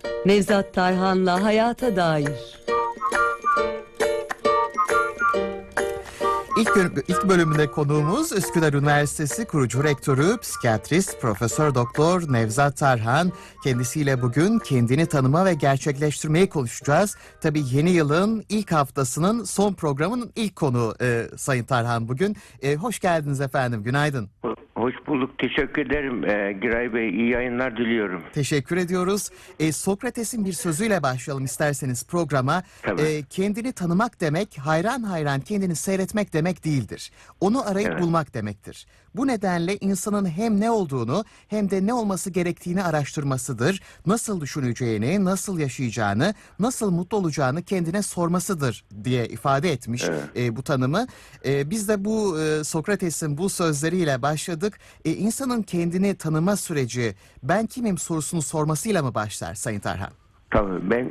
Nevzat Tarhan'la Hayata Dair. İlk bölümünde konuğumuz Üsküdar Üniversitesi kurucu rektörü, psikiyatrist Profesör Doktor Nevzat Tarhan. Kendisiyle bugün kendini tanıma ve gerçekleştirmeyi konuşacağız. Tabii yeni yılın ilk haftasının son programının ilk konuğu Sayın Tarhan bugün. Hoş geldiniz efendim, günaydın. Hoş bulduk, teşekkür ederim Giray Bey, iyi yayınlar diliyorum. Teşekkür ediyoruz. Sokrates'in bir sözüyle başlayalım isterseniz programa. Kendini tanımak demek, hayran hayran kendini seyretmek demek değildir. Onu arayıp bulmak demektir. Bu nedenle insanın hem ne olduğunu hem de ne olması gerektiğini araştırmasıdır. Nasıl düşüneceğini, nasıl yaşayacağını, nasıl mutlu olacağını kendine sormasıdır diye ifade etmiş bu tanımı. Biz de bu Sokrates'in bu sözleriyle başladık. İnsanın kendini tanıma süreci ben kimim sorusunu sormasıyla mı başlar Sayın Tarhan? Tabii ben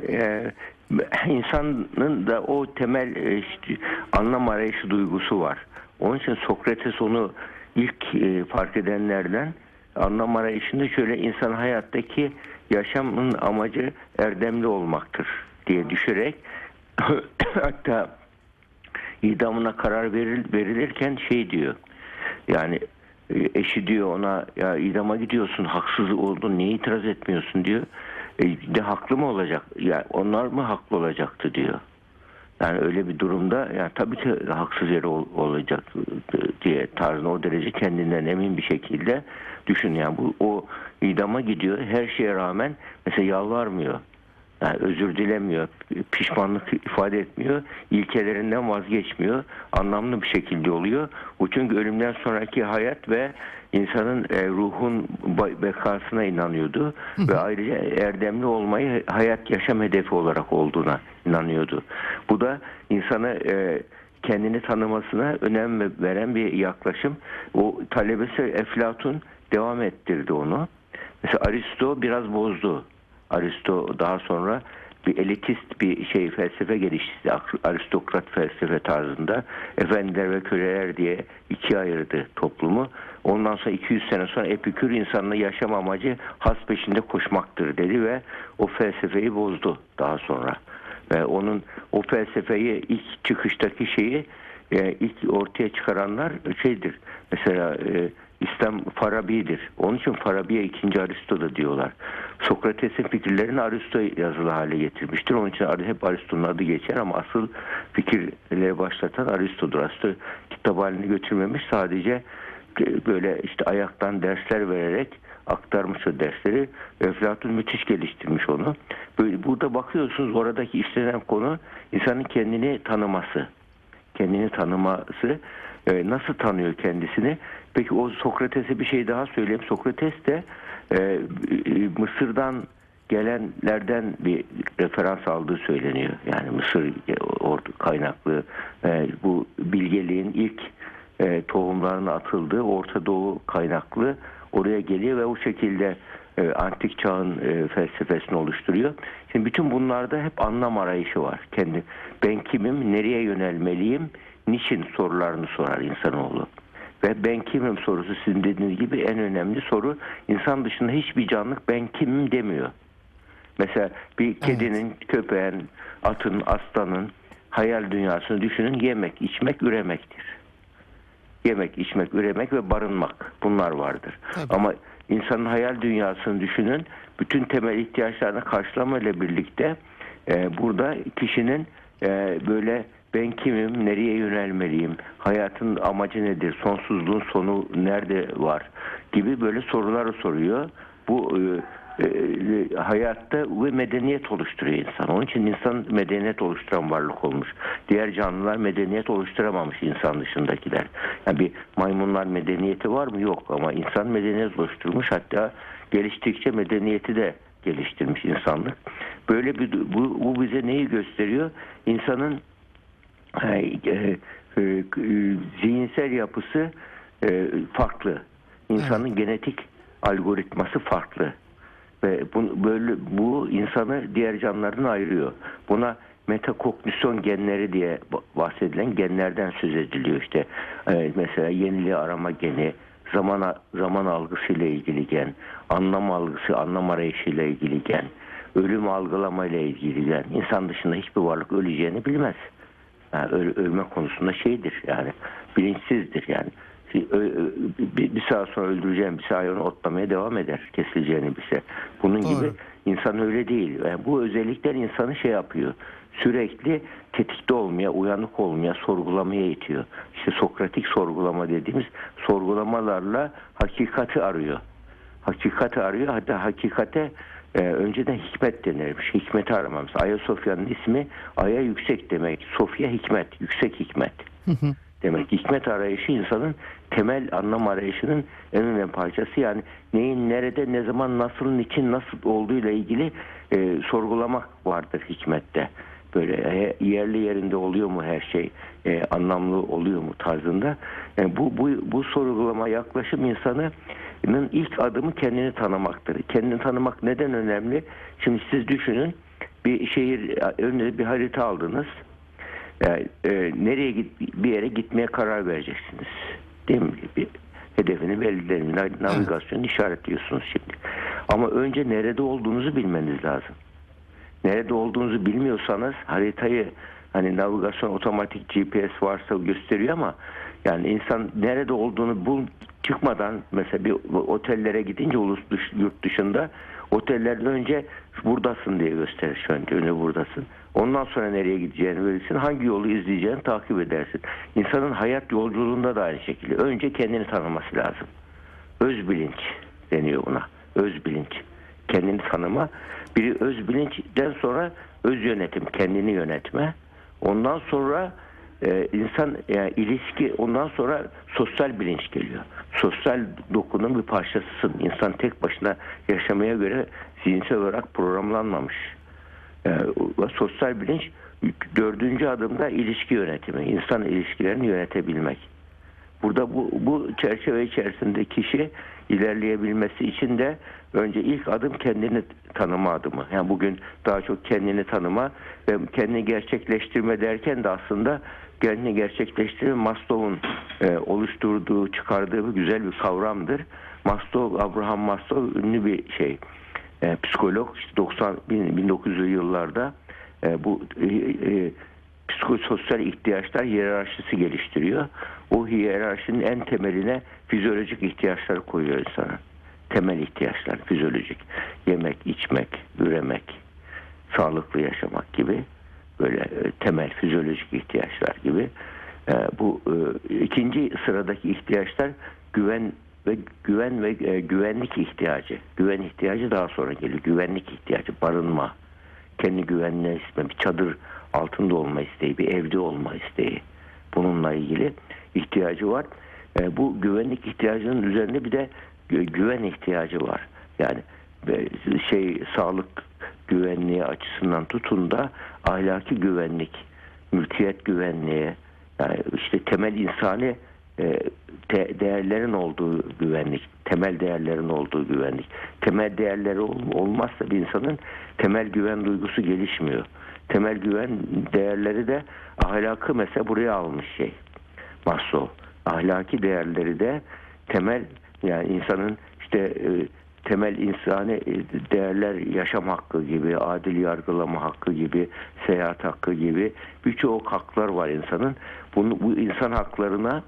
insanın da o temel anlam arayışı duygusu var. Onun için Sokrates onu ilk fark edenlerden, anlam arayışında şöyle, insan hayattaki yaşamın amacı erdemli olmaktır diye düşerek hatta idamına karar verilirken şey diyor, yani eşi diyor ona, ya idama gidiyorsun, haksız oldun, niye itiraz etmiyorsun diyor. De haklı mı olacak? Yani onlar mı haklı olacaktı diyor. Yani öyle bir durumda yani tabii ki haksız yere olacak diye tarzına, o derece kendinden emin bir şekilde düşün. Yani bu, o idama gidiyor, her şeye rağmen mesela yalvarmıyor. Yani özür dilemiyor, pişmanlık ifade etmiyor, ilkelerinden vazgeçmiyor, anlamlı bir şekilde oluyor. O çünkü ölümden sonraki hayat ve insanın ruhun bekasına inanıyordu ve ayrıca erdemli olmayı hayat yaşam hedefi olarak olduğuna inanıyordu. Bu da insanı kendini tanımasına önem veren bir yaklaşım. O talebesi Eflatun devam ettirdi onu. Mesela Aristo biraz bozdu. Aristo daha sonra bir elitist bir felsefe geliştirdi. Aristokrat felsefe tarzında. Efendiler ve köleler diye ikiye ayırdı toplumu. Ondan sonra 200 sene sonra Epikür insanın yaşam amacı has peşinde koşmaktır dedi ve o felsefeyi bozdu daha sonra. Ve onun o felsefeyi ilk çıkıştaki şeyi ilk ortaya çıkaranlar şeydir. Mesela İslam Farabi'dir. Onun için Farabi'ye 2. Aristo'da diyorlar. Sokrates'in fikirlerini Aristo yazılı hale getirmiştir. Onun için hep Aristo'nun adı geçer ama asıl fikirleri başlatan Aristo'dur. Aristo kitap halini götürmemiş, sadece böyle işte ayaktan dersler vererek aktarmış o dersleri. Eflatun müthiş geliştirmiş onu. Böyle, burada bakıyorsunuz, oradaki işlenen konu insanın kendini tanıması. Kendini tanıması, nasıl tanıyor kendisini? Peki o Sokrates'e bir şey daha söyleyeyim. Sokrates de Mısır'dan gelenlerden bir referans aldığı söyleniyor. Yani Mısır kaynaklı bu bilgeliğin ilk tohumlarına atıldığı Orta Doğu kaynaklı oraya geliyor ve o şekilde antik çağın felsefesini oluşturuyor. Şimdi bütün bunlarda hep anlam arayışı var. Ben kimim, nereye yönelmeliyim, niçin sorularını sorar insanoğlu. Ve ben kimim sorusu, sizin dediğiniz gibi en önemli soru. İnsan dışında hiçbir canlı ben kimim demiyor. Mesela bir kedinin, köpeğin, atın, aslanın hayal dünyasını düşünün. Yemek, içmek, üremektir. Yemek, içmek, üremek ve barınmak. Bunlar vardır. Tabii. Ama insanın hayal dünyasını düşünün. Bütün temel ihtiyaçlarını karşılamayla birlikte burada kişinin böyle ben kimim, nereye yönelmeliyim, hayatın amacı nedir, sonsuzluğun sonu nerede var gibi böyle sorular soruyor. Bu hayatta ve medeniyet oluşturuyor insan. Onun için insan medeniyet oluşturan varlık olmuş. Diğer canlılar medeniyet oluşturamamış, insan dışındakiler. Yani bir maymunlar medeniyeti var mı? Yok, ama insan medeniyet oluşturmuş. Hatta geliştikçe medeniyeti de geliştirmiş insanlık. Böyle bir bu bize neyi gösteriyor? İnsanın zihinsel yapısı farklı. İnsanın genetik algoritması farklı. Ve bu insanı diğer canlılardan ayırıyor. Buna metakognisyon genleri diye bahsedilen genlerden söz ediliyor işte. Mesela yeniliği arama geni, zaman algısı ile ilgili gen, anlam algısı, anlam arayışı ile ilgili gen. ölüm algılamayla ilgili. Yani insan dışında hiçbir varlık öleceğini bilmez. Yani ölme konusunda şeydir yani, bilinçsizdir yani. Bir saat sonra öldüreceğim bir saat onu otlamaya devam eder kesileceğini bilse. Bunun Doğru. gibi insan öyle değil. Yani bu özellikler insanı şey yapıyor. Sürekli tetikte olmaya, uyanık olmaya, sorgulamaya itiyor. İşte Sokratik sorgulama dediğimiz sorgulamalarla hakikati arıyor. Hakikati arıyor. Hatta hakikate önceden hikmet denirmiş. Hikmeti aramamız. Ayasofya'nın ismi Ay'a yüksek demek. Sofya hikmet, yüksek hikmet demek. Hikmet arayışı insanın temel anlam arayışının en önemli parçası. Yani neyin nerede, ne zaman, nasıl, niçin, nasıl olduğuyla ilgili sorgulamak vardır hikmette. Böyle yerli yerinde oluyor mu her şey, anlamlı oluyor mu tarzında. Yani bu sorgulama yaklaşım insanın ilk adımı kendini tanımaktır. Kendini tanımak neden önemli? Şimdi siz düşünün, bir şehir önüne bir harita aldınız. Yani, nereye bir yere gitmeye karar vereceksiniz. Değil mi? Bir hedefini belirleyin. Navigasyonu işaretliyorsunuz şimdi. Ama önce nerede olduğunuzu bilmeniz lazım. Nerede olduğunuzu bilmiyorsanız haritayı, hani navigasyon otomatik GPS varsa gösteriyor ama yani insan nerede olduğunu çıkmadan, mesela bir otellere gidince yurt dışında otellerden önce buradasın diye gösterir. Önce buradasın. Ondan sonra nereye gideceğini verirsin. Hangi yolu izleyeceğini takip edersin. İnsanın hayat yolculuğunda da aynı şekilde. Önce kendini tanıması lazım. Öz bilinç deniyor buna. Öz bilinç. Kendini tanıma. Biri öz bilinçten sonra öz yönetim, kendini yönetme. Ondan sonra insan yani ilişki, ondan sonra sosyal bilinç geliyor. Sosyal dokunun bir parçasısın. İnsan tek başına yaşamaya göre zihinsel olarak programlanmamış. Sosyal bilinç 4. adımda ilişki yönetimi. İnsan ilişkilerini yönetebilmek. Burada bu çerçeve içerisinde kişi ilerleyebilmesi için de önce ilk adım kendini tanıma adımı. Yani bugün daha çok kendini tanıma ve kendini gerçekleştirme derken de aslında kendini gerçekleştirme Maslow'un oluşturduğu, çıkardığı bir güzel bir kavramdır. Abraham Maslow ünlü bir psikolog, işte 1900'lü yıllarda bu psikososyal ihtiyaçlar hiyerarşisi geliştiriyor. O hiyerarşinin en temeline fizyolojik ihtiyaçları koyuyor insana. Temel ihtiyaçlar fizyolojik. Yemek, içmek, üremek, sağlıklı yaşamak gibi böyle temel fizyolojik ihtiyaçlar gibi. Bu ikinci sıradaki ihtiyaçlar güven ve güvenlik ihtiyacı. Güven ihtiyacı daha sonra geliyor. Güvenlik ihtiyacı, barınma, kendi güvenliğine isteği, bir çadır altında olma isteği, bir evde olma isteği. Bununla ilgili ihtiyacı var. Bu güvenlik ihtiyacının üzerinde bir de güven ihtiyacı var. Yani sağlık güvenliği açısından tutun da ahlaki güvenlik, mülkiyet güvenliği, yani işte temel insani değerlerin olduğu güvenlik, temel değerlerin olduğu güvenlik. Temel değerleri olmazsa bir insanın temel güven duygusu gelişmiyor. Temel güven değerleri de ahlakı mesela buraya almış Maslow. Ahlaki değerleri de temel, yani insanın işte temel insani değerler, yaşam hakkı gibi, adil yargılama hakkı gibi, seyahat hakkı gibi birçok haklar var insanın. Bu insan haklarına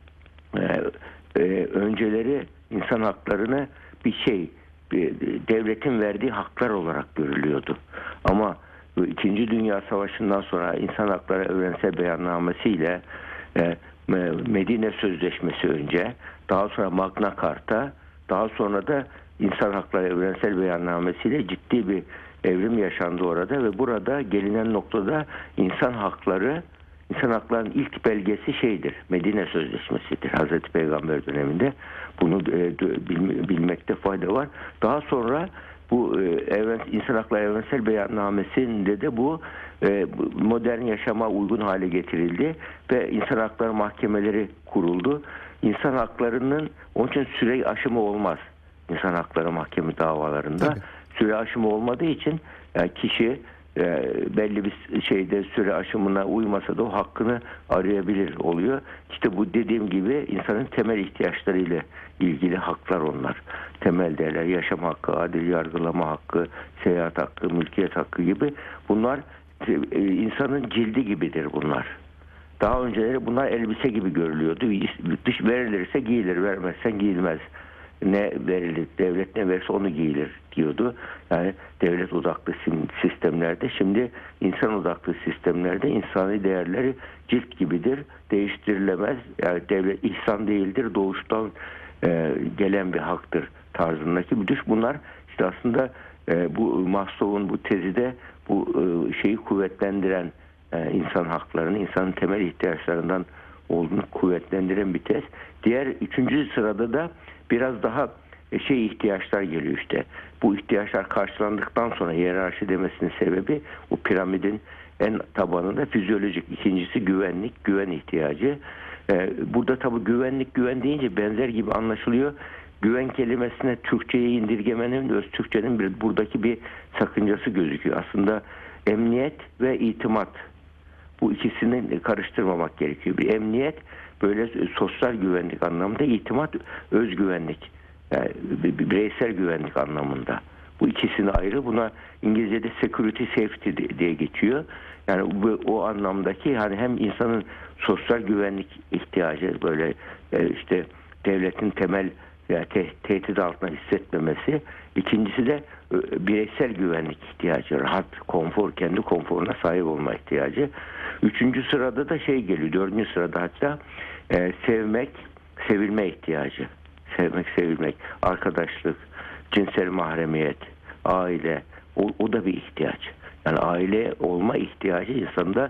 önceleri insan haklarını bir devletin verdiği haklar olarak görülüyordu. Ama İkinci Dünya Savaşı'ndan sonra İnsan Hakları Evrensel Beyannamesi'yle Medine Sözleşmesi önce, daha sonra Magna Carta, daha sonra da İnsan Hakları Evrensel Beyannamesi'yle ciddi bir evrim yaşandı orada ve burada gelinen noktada insan haklarının ilk belgesi Medine Sözleşmesi'dir. Hazreti Peygamber döneminde bunu bilmekte fayda var. Daha sonra bu İnsan Hakları Evrensel Beyannamesi'nde de bu modern yaşama uygun hale getirildi ve insan hakları mahkemeleri kuruldu. İnsan haklarının onun için süre aşımı olmaz. İnsan hakları mahkeme davalarında süre aşımı olmadığı için kişi belli bir şeyde süre aşımına uymasa da o hakkını arayabilir oluyor. İşte bu dediğim gibi insanın temel ihtiyaçlarıyla ilgili haklar onlar. Temel değerler, yaşam hakkı, adil yargılama hakkı, seyahat hakkı, mülkiyet hakkı gibi bunlar insanın cildi gibidir bunlar. Daha önceleri bunlar elbise gibi görülüyordu. Dış verilirse giyilir, vermezsen giyilmez. Ne verilir, devlet ne verirse onu giyilir diyordu. Yani devlet odaklı sistemlerde, şimdi insan odaklı sistemlerde insani değerleri cilt gibidir, değiştirilemez. Yani devlet ihsan değildir, doğuştan gelen bir haktır tarzındaki bir düş. Bunlar işte aslında bu Maslow'un bu tezide bu şeyi kuvvetlendiren, insan haklarını, insanın temel ihtiyaçlarından olduğunu kuvvetlendiren bir tez. Diğer üçüncü sırada da biraz daha ihtiyaçlar geliyor işte. Bu ihtiyaçlar karşılandıktan sonra hiyerarşi demesinin sebebi o piramidin en tabanında fizyolojik. İkincisi güven ihtiyacı. Burada tabii güven deyince benzer gibi anlaşılıyor. Güven kelimesine Türkçe'ye indirgemenin, öz Türkçenin buradaki bir sakıncası gözüküyor. Aslında emniyet ve itimat. Bu ikisini karıştırmamak gerekiyor. Bir emniyet böyle sosyal güvenlik anlamında, itimat özgüvenlik, yani bireysel güvenlik anlamında. Bu ikisini ayrı. Buna İngilizce'de security safety diye geçiyor. Yani o anlamdaki hani hem insanın sosyal güvenlik ihtiyacı, böyle işte devletin temel yani tehdit altında hissetmemesi. İkincisi de bireysel güvenlik ihtiyacı, rahat, konfor, kendi konforuna sahip olma ihtiyacı. Üçüncü sırada da geliyor, dördüncü sırada hatta sevmek, sevilme ihtiyacı. Sevmek, sevilmek, arkadaşlık, cinsel mahremiyet, aile, o da bir ihtiyaç. Yani aile olma ihtiyacı insanda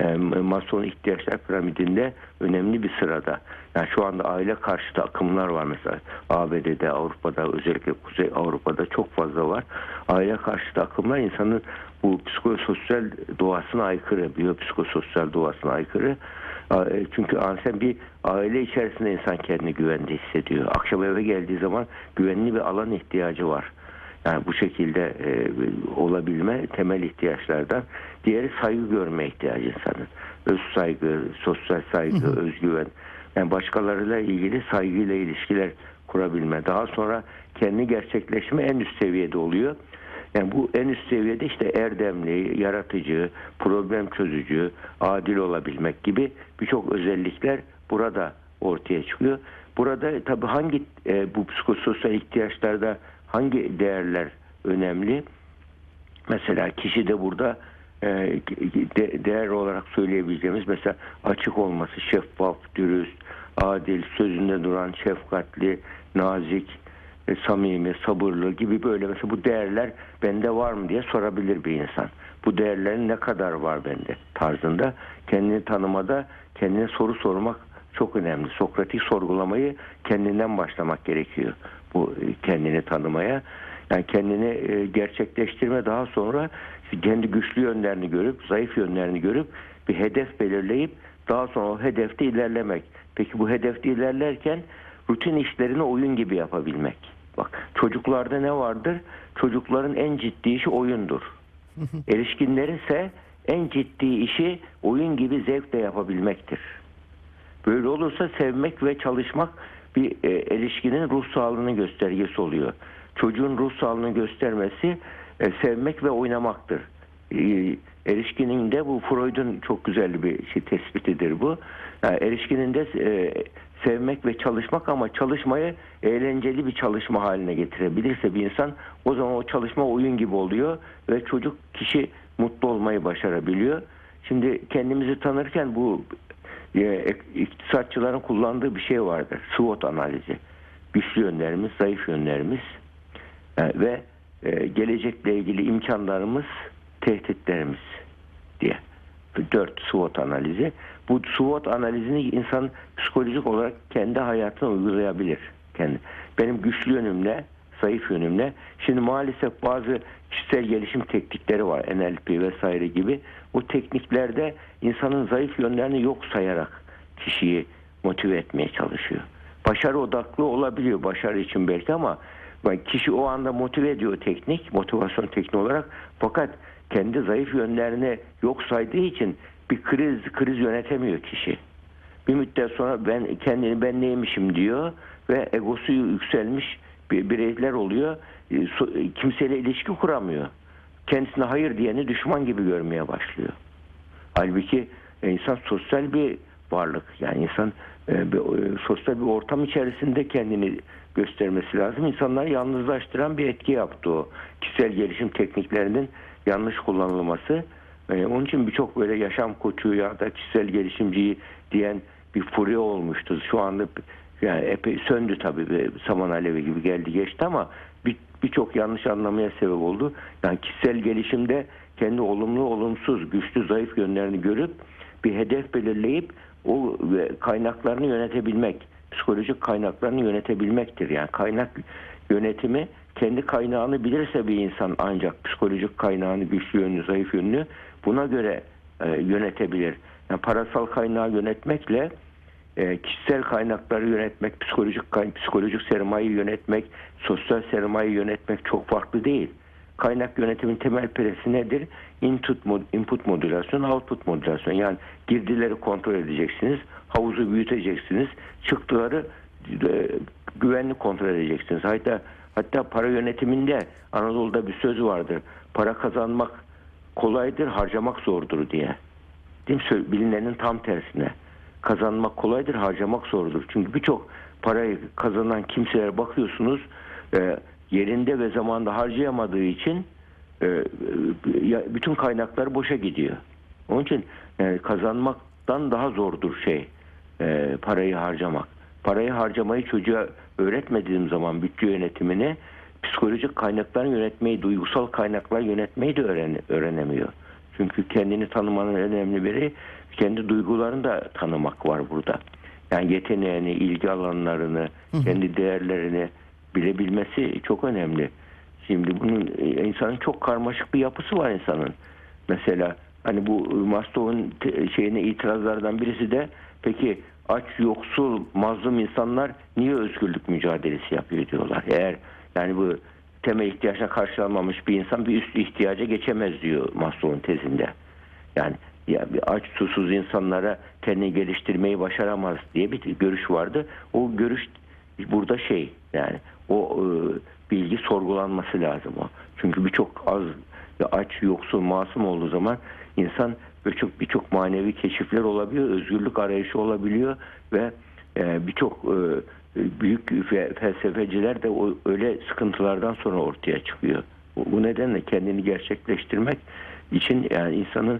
Maslow ihtiyaçlar piramidinde önemli bir sırada. Yani şu anda aile karşıtı akımlar var mesela. ABD'de, Avrupa'da, özellikle Kuzey Avrupa'da çok fazla var. Aile karşıtı akımlar insanın bu psikososyal doğasına aykırı, biyopsikososyal doğasına aykırı. Çünkü sen bir aile içerisinde insan kendini güvende hissediyor. Akşam eve geldiği zaman güvenli bir alan ihtiyacı var. Yani bu şekilde olabilme temel ihtiyaçlardan. Diğeri saygı görme ihtiyacı insanın. Öz saygı, sosyal saygı, özgüven. Yani başkalarıyla ilgili saygıyla ilişkiler kurabilme. Daha sonra kendi gerçekleşme en üst seviyede oluyor. Yani bu en üst seviyede işte erdemli, yaratıcı, problem çözücü, adil olabilmek gibi birçok özellikler burada ortaya çıkıyor. Burada tabii hangi bu psikososyal ihtiyaçlarda hangi değerler önemli? Mesela kişi de burada değer olarak söyleyebileceğimiz mesela açık olması, şeffaf, dürüst, adil, sözünde duran, şefkatli, nazik, samimi, sabırlı gibi böyle mesela bu değerler bende var mı diye sorabilir bir insan. Bu değerlerin ne kadar var bende tarzında kendini tanımada kendine soru sormak çok önemli. Sokratik sorgulamayı kendinden başlamak gerekiyor. Bu kendini tanımaya. Yani kendini gerçekleştirme, daha sonra kendi güçlü yönlerini görüp, zayıf yönlerini görüp bir hedef belirleyip daha sonra o hedefte ilerlemek. Peki bu hedefte ilerlerken rutin işlerini oyun gibi yapabilmek. Bak, çocuklarda ne vardır? Çocukların en ciddi işi oyundur. Erişkinlerin ise en ciddi işi oyun gibi zevkle yapabilmektir. Böyle olursa sevmek ve çalışmak bir erişkinin ruh sağlığının göstergesi oluyor. Çocuğun ruh sağlığını göstermesi sevmek ve oynamaktır. Erişkinin de bu Freud'un çok güzel bir tespitidir bu. Yani erişkinin de sevmek ve çalışmak, ama çalışmayı eğlenceli bir çalışma haline getirebilirse bir insan, o zaman o çalışma oyun gibi oluyor ve kişi mutlu olmayı başarabiliyor. Şimdi kendimizi tanırken bu iktisatçıların kullandığı bir şey vardır. SWOT analizi. Güçlü yönlerimiz, zayıf yönlerimiz ve gelecekle ilgili imkanlarımız, tehditlerimiz diye. 4 SWOT analizi. Bu SWOT analizini insan psikolojik olarak kendi hayatına uygulayabilir. Benim güçlü yönümle, zayıf yönümle. Şimdi maalesef bazı kişisel gelişim teknikleri var. NLP vesaire gibi. O tekniklerde insanın zayıf yönlerini yok sayarak kişiyi motive etmeye çalışıyor. Başarı odaklı olabiliyor başarı için belki, ama kişi o anda motive ediyor teknik, motivasyon tekniği olarak. Fakat kendi zayıf yönlerini yok saydığı için bir kriz yönetemiyor kişi. Bir müddet sonra ben neymişim diyor ve egosu yükselmiş bireyler oluyor. Kimseyle ilişki kuramıyor. Kendisine hayır diyeni düşman gibi görmeye başlıyor. Halbuki insan sosyal bir varlık. Yani insan sosyal bir ortam içerisinde kendini göstermesi lazım. İnsanları yalnızlaştıran bir etki yaptı o. Kişisel gelişim tekniklerinin yanlış kullanılması. Onun için birçok böyle yaşam koçu ya da kişisel gelişimciyi diyen bir furya olmuştu. Şu anda yani epey söndü tabii. Saman alevi gibi geldi geçti ama birçok yanlış anlamaya sebep oldu. Yani kişisel gelişimde kendi olumlu, olumsuz, güçlü, zayıf yönlerini görüp bir hedef belirleyip o kaynaklarını yönetebilmek, psikolojik kaynaklarını yönetebilmektir. Yani kaynak yönetimi, kendi kaynağını bilirse bir insan ancak psikolojik kaynağını, güçlü yönünü, zayıf yönünü buna göre yönetebilir. Yani parasal kaynağı yönetmekle kişisel kaynakları yönetmek, psikolojik sermayeyi yönetmek, sosyal sermayeyi yönetmek çok farklı değil. Kaynak yönetimin temel presi nedir? Input modülasyon, output modülasyon. Yani girdileri kontrol edeceksiniz, havuzu büyüteceksiniz, çıktıları güvenli kontrol edeceksiniz. Hatta para yönetiminde Anadolu'da bir söz vardır. Para kazanmak kolaydır, harcamak zordur diye. Değil mi? Bilinenin tam tersine. Kazanmak kolaydır, harcamak zordur. Çünkü birçok parayı kazanan kimselere bakıyorsunuz, yerinde ve zamanda harcayamadığı için bütün kaynaklar boşa gidiyor. Onun için kazanmaktan daha zordur parayı harcamak. Parayı harcamayı çocuğa öğretmediğim zaman bütçe yönetimini, psikolojik kaynakları yönetmeyi, duygusal kaynaklar yönetmeyi de öğrenemiyor. Çünkü kendini tanımanın önemli biri kendi duygularını da tanımak var burada. Yani yeteneğini, ilgi alanlarını, kendi değerlerini bilebilmesi çok önemli. Şimdi bunun insanın çok karmaşık bir yapısı var insanın. Mesela hani bu Maslow'un itirazlardan birisi de peki aç, yoksul, mazlum insanlar niye özgürlük mücadelesi yapıyor diyorlar. Eğer yani bu temel ihtiyaçına karşılanmamış bir insan bir üst ihtiyaca geçemez diyor Maslow'un tezinde. Yani bir aç, susuz insanlara kendini geliştirmeyi başaramaz diye bir görüş vardı. O görüş burada yani o bilgi sorgulanması lazım o. Çünkü birçok az, aç, yoksul, masum olduğu zaman insan birçok manevi keşifler olabiliyor, özgürlük arayışı olabiliyor ve birçok büyük felsefeciler de öyle sıkıntılardan sonra ortaya çıkıyor. Bu nedenle kendini gerçekleştirmek için yani insanın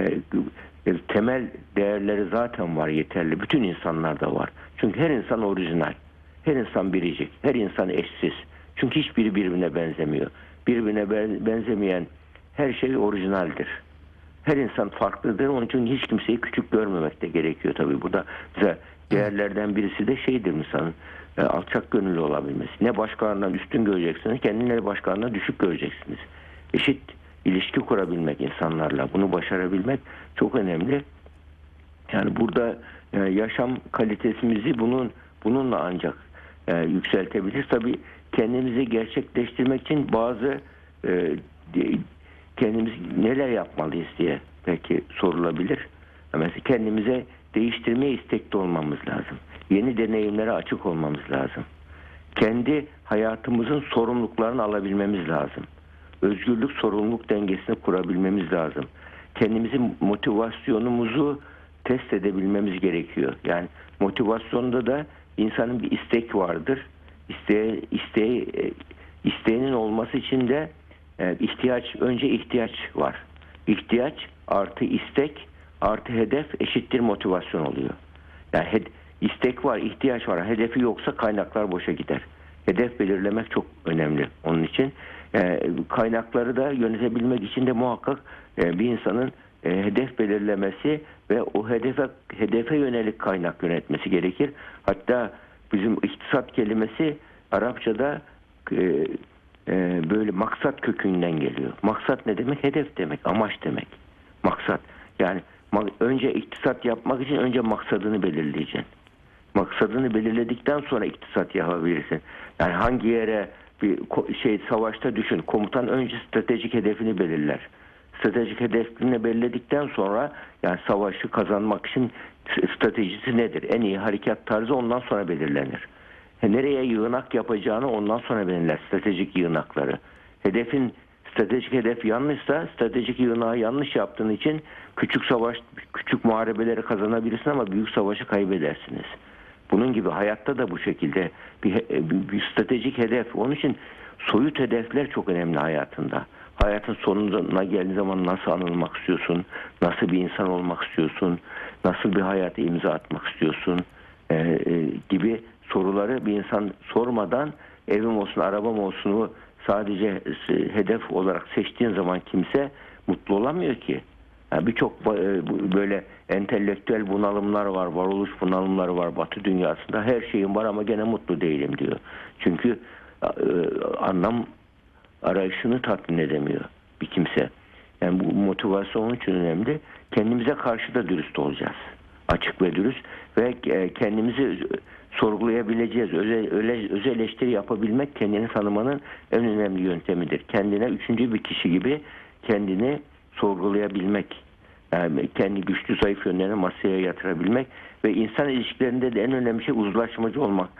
temel değerleri zaten var, yeterli. Bütün insanlarda var. Çünkü her insan orijinal. Her insan biricik. Her insan eşsiz. Çünkü hiçbiri birbirine benzemiyor. Birbirine benzemeyen her şey orijinaldir. Her insan farklıdır. Onun için hiç kimseyi küçük görmemek de gerekiyor tabii. Burada değerlerden birisi de insanın alçak gönüllü olabilmesi. Ne başkalarından üstün göreceksiniz, kendini ne başkalarından düşük göreceksiniz. Eşit ilişki kurabilmek insanlarla, bunu başarabilmek çok önemli. Yani burada yaşam kalitesimizi bununla ancak yükseltebiliriz. Tabii kendimizi gerçekleştirmek için bazı kendimiz neler yapmalıyız diye belki sorulabilir. Mesela kendimize değiştirmeye istekli olmamız lazım. Yeni deneyimlere açık olmamız lazım. Kendi hayatımızın sorumluluklarını alabilmemiz lazım. Özgürlük sorumluluk dengesini kurabilmemiz lazım. Kendimizin motivasyonumuzu test edebilmemiz gerekiyor. Yani motivasyonda da insanın bir istek vardır. İsteğinin olması için de önce ihtiyaç var. İhtiyaç artı istek artı hedef eşittir motivasyon oluyor. Yani istek var, ihtiyaç var. Hedefi yoksa kaynaklar boşa gider. Hedef belirlemek çok önemli onun için. Kaynakları da yönetebilmek için de muhakkak bir insanın hedef belirlemesi ve o hedefe yönelik kaynak yönetmesi gerekir. Hatta bizim iktisat kelimesi Arapçada böyle maksat kökünden geliyor. Maksat ne demek? Hedef demek, amaç demek. Maksat. Yani önce iktisat yapmak için önce maksadını belirleyeceksin. Maksadını belirledikten sonra iktisat yapabilirsin. Yani hangi yere savaşta düşün. Komutan önce stratejik hedefini belirler. Stratejik hedefini belirledikten sonra yani savaşı kazanmak için stratejisi nedir? En iyi harekat tarzı ondan sonra belirlenir. Nereye yığınak yapacağını ondan sonra belirler. Stratejik yığınakları. Stratejik hedef yanlışsa stratejik yığınağı yanlış yaptığın için küçük muharebeleri kazanabilirsin ama büyük savaşı kaybedersiniz. Bunun gibi hayatta da bu şekilde bir stratejik hedef. Onun için soyut hedefler çok önemli hayatında. Hayatın sonuna geldiği zaman nasıl anılmak istiyorsun? Nasıl bir insan olmak istiyorsun? Nasıl bir hayata imza atmak istiyorsun? Gibi soruları bir insan sormadan evim olsun, arabam olsun sadece hedef olarak seçtiğin zaman kimse mutlu olamıyor ki. Yani birçok böyle entelektüel bunalımlar var, varoluş bunalımları var Batı dünyasında. Her şeyim var ama gene mutlu değilim diyor. Çünkü anlam arayışını tatmin edemiyor bir kimse. Yani bu motivasyon onun için önemli. Kendimize karşı da dürüst olacağız. Açık ve dürüst ve kendimizi sorgulayabileceğiz. Öz eleştiri yapabilmek kendini tanımanın en önemli yöntemidir. Kendine üçüncü bir kişi gibi kendini sorgulayabilmek. Yani kendi güçlü zayıf yönlerini masaya yatırabilmek ve insan ilişkilerinde de en önemli şey uzlaşmacı olmak.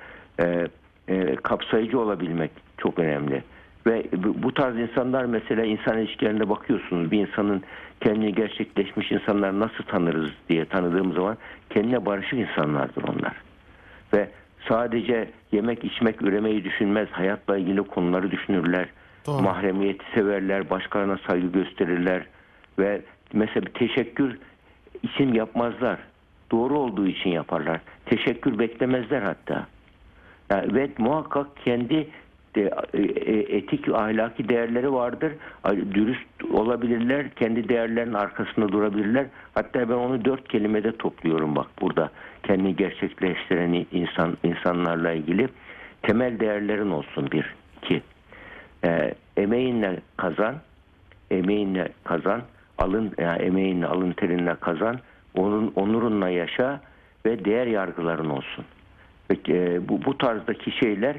Kapsayıcı olabilmek çok önemli. Ve bu tarz insanlar mesela insan ilişkilerinde bakıyorsunuz bir insanın kendini gerçekleşmiş insanlar nasıl tanırız diye tanıdığım zaman kendine barışık insanlardır onlar. Ve sadece yemek, içmek, üremeyi düşünmez. Hayatla ilgili konuları düşünürler. Doğru. Mahremiyeti severler. Başkalarına saygı gösterirler. Ve mesela bir teşekkür için yapmazlar. Doğru olduğu için yaparlar. Teşekkür beklemezler hatta. Yani, ve muhakkak kendi etik, ahlaki değerleri vardır. Dürüst olabilirler. Kendi değerlerinin arkasında durabilirler. Hatta ben onu 4 kelimede topluyorum bak burada. Kendini gerçekleştiren insanlarla ilgili. Temel değerlerin olsun 1, 2. Emeğinle kazan. Emeğinle kazan. Emeğinle, alın terinle kazan. Onurunla yaşa ve değer yargıların olsun. Bu tarzdaki şeyler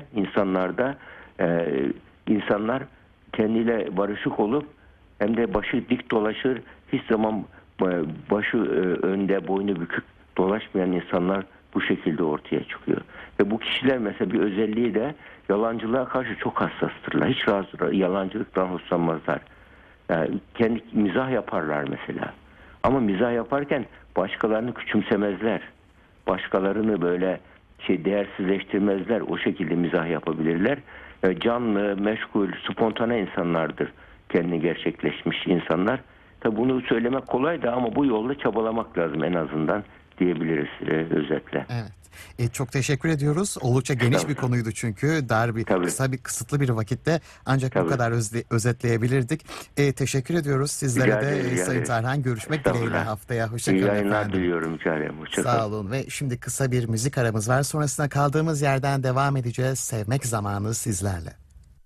insanlar kendiyle barışık olup hem de başı dik dolaşır, hiç zaman başı önde boynu bükük dolaşmayan insanlar bu şekilde ortaya çıkıyor. Ve bu kişiler mesela bir özelliği de yalancılığa karşı çok hassastırlar. Hiç yalancılıktan hoşlanmazlar. Yani kendi mizah yaparlar mesela. Ama mizah yaparken başkalarını küçümsemezler. Başkalarını böyle değersizleştirmezler. O şekilde mizah yapabilirler. Canlı, meşgul, spontane insanlardır. Kendini gerçekleşmiş insanlar. Tabi bunu söylemek kolay da ama bu yolda çabalamak lazım en azından diyebiliriz özetle. Evet. Çok teşekkür ediyoruz. Oldukça geniş bir konuydu çünkü. Kısıtlı bir vakitte ancak bu kadar özetleyebilirdik. Teşekkür ediyoruz sizlere de Sayın Tarhan. Görüşmek dileğiyle haftaya. Hoşçakalın efendim. İyi yayınlar diliyorum canım. Sağ olun ve şimdi kısa bir müzik aramız var. Sonrasında kaldığımız yerden devam edeceğiz. Sevmek zamanı sizlerle.